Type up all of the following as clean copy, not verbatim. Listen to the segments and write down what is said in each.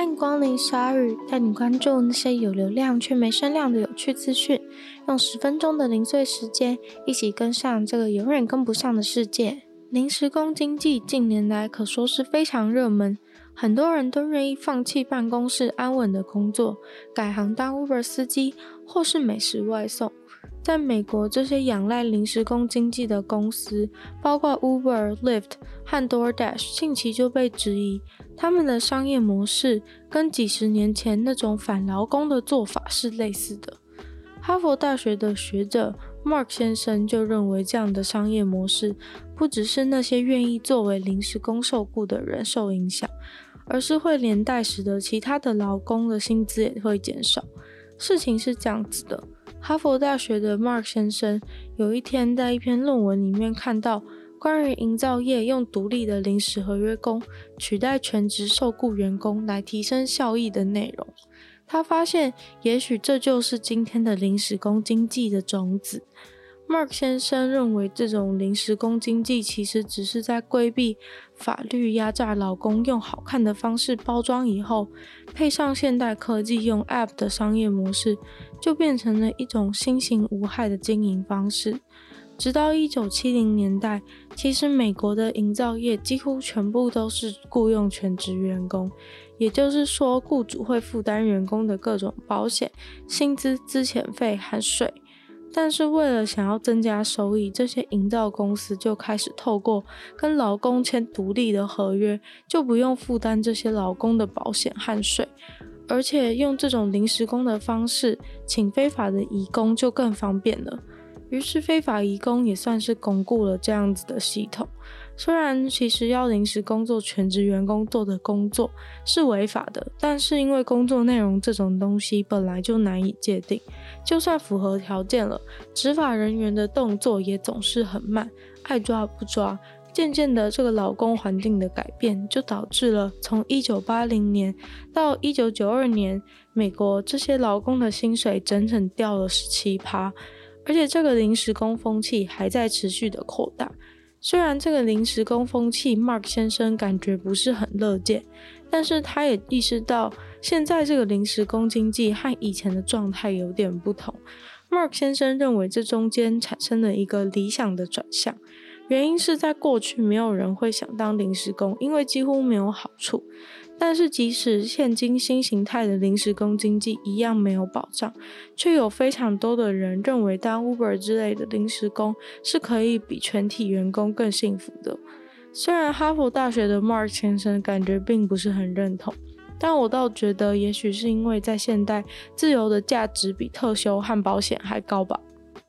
欢迎光临鲨鱼，带你关注那些有流量却没声量的有趣资讯，用10分钟的零碎时间，一起跟上这个永远跟不上的世界。临时工经济近年来可说是非常热门，很多人都愿意放弃办公室安稳的工作，改行当 Uber 司机或是美食外送。在美国，这些仰赖临时工经济的公司，包括 Uber、Lyft 和 DoorDash， 近期就被质疑，他们的商业模式跟几十年前那种反劳工的做法是类似的。哈佛大学的学者 Mark 先生就认为，这样的商业模式不只是那些愿意作为临时工受雇的人受影响，而是会连带使得其他的劳工的薪资也会减少。事情是这样子的，哈佛大学的 Mark 先生有一天在一篇论文里面看到关于营造业用独立的临时合约工取代全职受雇员工来提升效益的内容。他发现也许这就是今天的临时工经济的种子。Mark 先生认为，这种临时工经济其实只是在规避法律压榨劳工用好看的方式包装以后，配上现代科技用 App 的商业模式，就变成了一种新型无害的经营方式。直到1970年代，其实美国的营造业几乎全部都是雇用全职员工，也就是说，雇主会负担员工的各种保险、薪资、资遣费和税。但是为了想要增加收益，这些营造公司就开始透过跟劳工签独立的合约，就不用负担这些劳工的保险和税，而且用这种临时工的方式请非法的移工就更方便了。于是非法移工也算是巩固了这样子的系统。虽然其实要临时工作全职员工做的工作是违法的，但是因为工作内容这种东西本来就难以界定，就算符合条件了，执法人员的动作也总是很慢，爱抓不抓。渐渐的，这个劳工环境的改变就导致了从1980年到1992年，美国这些劳工的薪水整整掉了17%，而且这个临时工风气还在持续的扩大。虽然这个临时工风气 Mark 先生感觉不是很乐见，但是他也意识到现在这个临时工经济和以前的状态有点不同。Mark 先生认为这中间产生了一个理想的转向，原因是在过去没有人会想当临时工，因为几乎没有好处。但是即使现今新形态的临时工经济一样没有保障，却有非常多的人认为当 Uber 之类的临时工是可以比全体员工更幸福的。虽然哈佛大学的 Mark 先生感觉并不是很认同，但我倒觉得也许是因为在现代，自由的价值比特休和保险还高吧。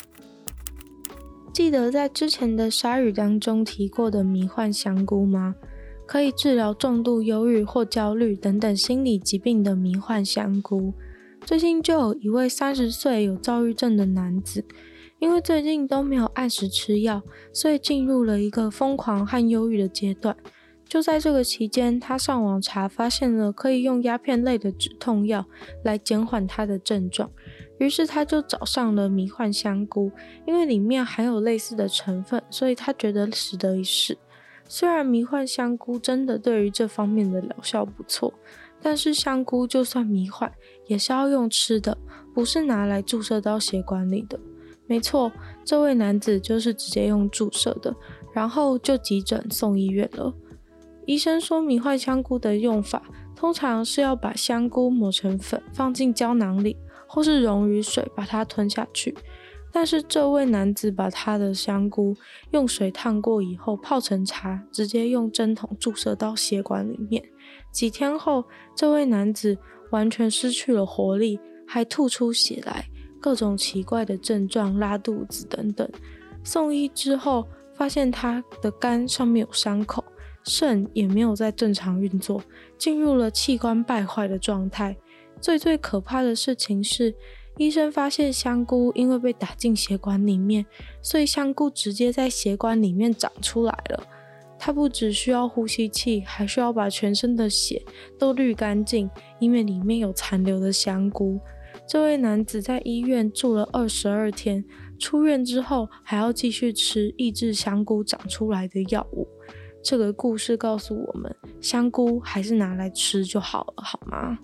记得在之前的鲨鱼当中提过的迷幻香菇吗？可以治疗重度忧郁或焦虑等等心理疾病的迷幻香菇。最近就有一位30岁有躁郁症的男子，因为最近都没有按时吃药，所以进入了一个疯狂和忧郁的阶段。就在这个期间，他上网查发现了可以用鸦片类的止痛药来减缓他的症状，于是他就找上了迷幻香菇，因为里面含有类似的成分，所以他觉得值得一试。虽然迷幻香菇真的对于这方面的疗效不错，但是香菇就算迷幻也是要用吃的，不是拿来注射到血管里的。没错，这位男子就是直接用注射的，然后就急诊送医院了。医生说迷幻香菇的用法通常是要把香菇磨成粉放进胶囊里，或是溶于水把它吞下去。但是这位男子把他的香菇用水烫过以后泡成茶，直接用针筒注射到血管里面。几天后，这位男子完全失去了活力，还吐出血来，各种奇怪的症状，拉肚子等等。送医之后，发现他的肝上面有伤口，肾也没有在正常运作，进入了器官败坏的状态。最可怕的事情是，医生发现香菇因为被打进血管里面，所以香菇直接在血管里面长出来了。他不只需要呼吸器，还需要把全身的血都滤干净，因为里面有残留的香菇。这位男子在医院住了22天，出院之后还要继续吃抑制香菇长出来的药物。 这个故事告诉我们，香菇还是拿来吃就好了，好吗？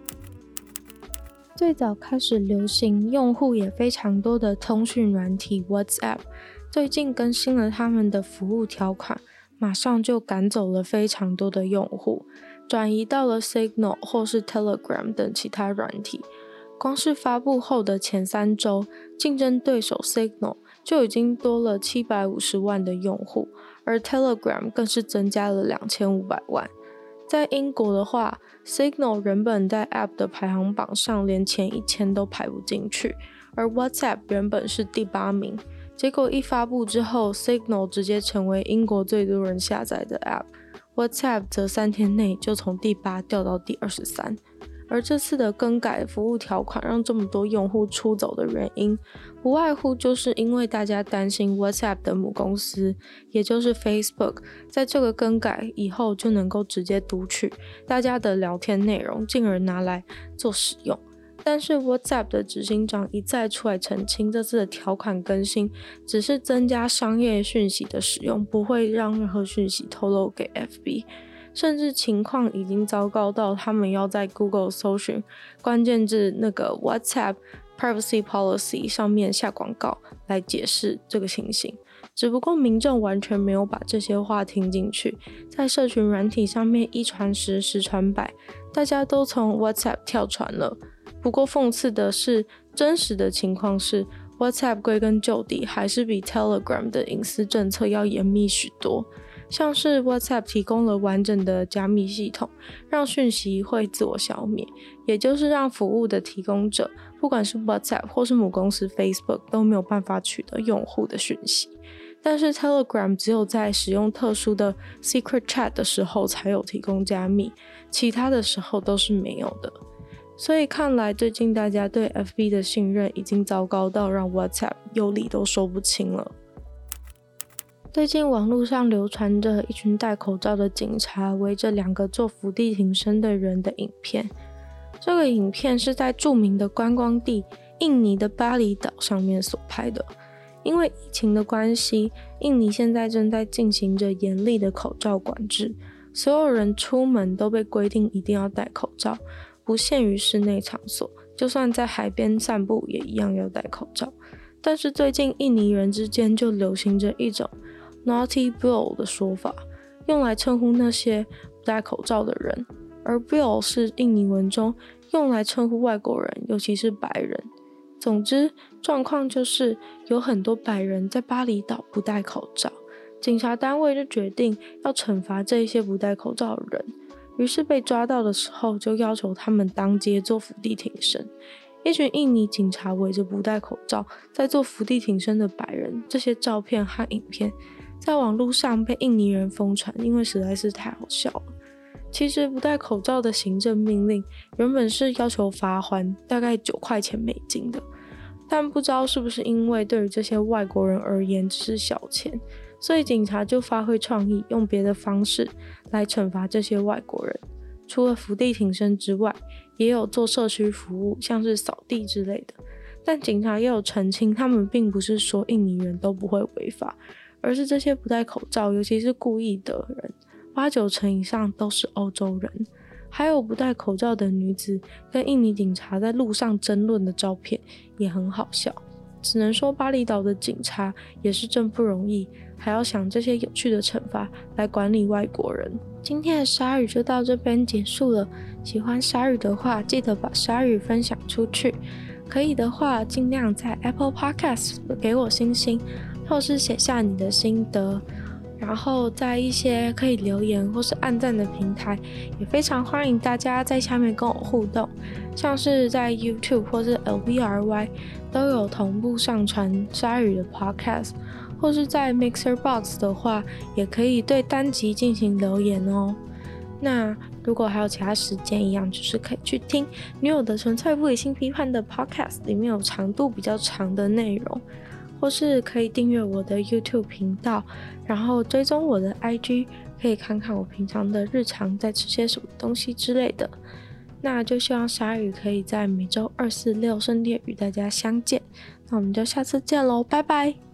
最早开始流行，用户也非常多的通讯软体 WhatsApp， 最近更新了他们的服务条款，马上就赶走了非常多的用户，转移到了 Signal 或是 Telegram 等其他软体。光是发布后的前3周，竞争对手 Signal 就已经多了750万的用户，而 Telegram 更是增加了2500万。在英国的话， Signal 原本在 App 的排行榜上连前1000都排不进去，而 WhatsApp 原本是第8名，结果一发布之后， Signal 直接成为英国最多人下载的 App， WhatsApp 则3天内就从第8掉到第23。而这次的更改服务条款让这么多用户出走的原因，不外乎就是因为大家担心 WhatsApp 的母公司，也就是 Facebook， 在这个更改以后就能够直接读取大家的聊天内容，进而拿来做使用。但是 WhatsApp 的执行长一再出来澄清，这次的条款更新只是增加商业讯息的使用，不会让任何讯息透露给 FB。甚至情况已经糟糕到他们要在 Google 搜寻关键字那个 WhatsApp Privacy Policy 上面下广告来解释这个情形。只不过民众完全没有把这些话听进去，在社群软体上面一传十，十传百，大家都从 WhatsApp 跳船了。不过讽刺的是，真实的情况是 WhatsApp 归根究底还是比 Telegram 的隐私政策要严密许多。像是 WhatsApp 提供了完整的加密系统，让讯息会自我消灭，也就是让服务的提供者，不管是 WhatsApp 或是母公司 Facebook 都没有办法取得用户的讯息。但是 Telegram 只有在使用特殊的 Secret Chat 的时候才有提供加密，其他的时候都是没有的。所以看来最近大家对 FB 的信任已经糟糕到让 WhatsApp 有理都说不清了。最近网络上流传着一群戴口罩的警察围着2个做伏地挺身的人的影片。这个影片是在著名的观光地印尼的巴厘岛上面所拍的。因为疫情的关系，印尼现在正在进行着严厉的口罩管制，所有人出门都被规定一定要戴口罩，不限于室内场所，就算在海边散步也一样要戴口罩。但是最近印尼人之间就流行着一种Naughty Bill 的说法，用来称呼那些不戴口罩的人，而 Bill 是印尼文中用来称呼外国人，尤其是白人。总之，状况就是有很多白人在巴厘岛不戴口罩，警察单位就决定要惩罚这些不戴口罩的人，于是被抓到的时候就要求他们当街做伏地挺身。一群印尼警察围着不戴口罩在做伏地挺身的白人，这些照片和影片在网络上被印尼人疯传，因为实在是太好笑了。其实不戴口罩的行政命令原本是要求罚锾大概9块钱美金的，但不知道是不是因为对于这些外国人而言只是小钱，所以警察就发挥创意，用别的方式来惩罚这些外国人。除了伏地挺身之外，也有做社区服务，像是扫地之类的。但警察也有澄清，他们并不是说印尼人都不会违法，而是这些不戴口罩，尤其是故意的人，8-9成以上都是欧洲人。还有不戴口罩的女子跟印尼警察在路上争论的照片也很好笑。只能说巴厘岛的警察也是真不容易，还要想这些有趣的惩罚来管理外国人。今天的鲨鱼就到这边结束了，喜欢鲨鱼的话记得把鲨鱼分享出去，可以的话尽量在 Apple Podcast 给我星星，或是写下你的心得，然后在一些可以留言或是按赞的平台也非常欢迎大家在下面跟我互动，像是在 YouTube 或是 LVRY 都有同步上传鲨鱼的 Podcast， 或是在 Mixer Box 的话也可以对单集进行留言哦。那如果还有其他时间一样，就是可以去听女友的纯粹不理性批判的 Podcast， 里面有长度比较长的内容，或是可以订阅我的 YouTube 频道，然后追踪我的 IG， 可以看看我平常的日常在吃些什么东西之类的。那就希望鲨鱼可以在每周2、4、6顺利与大家相见，那我们就下次见咯，拜拜。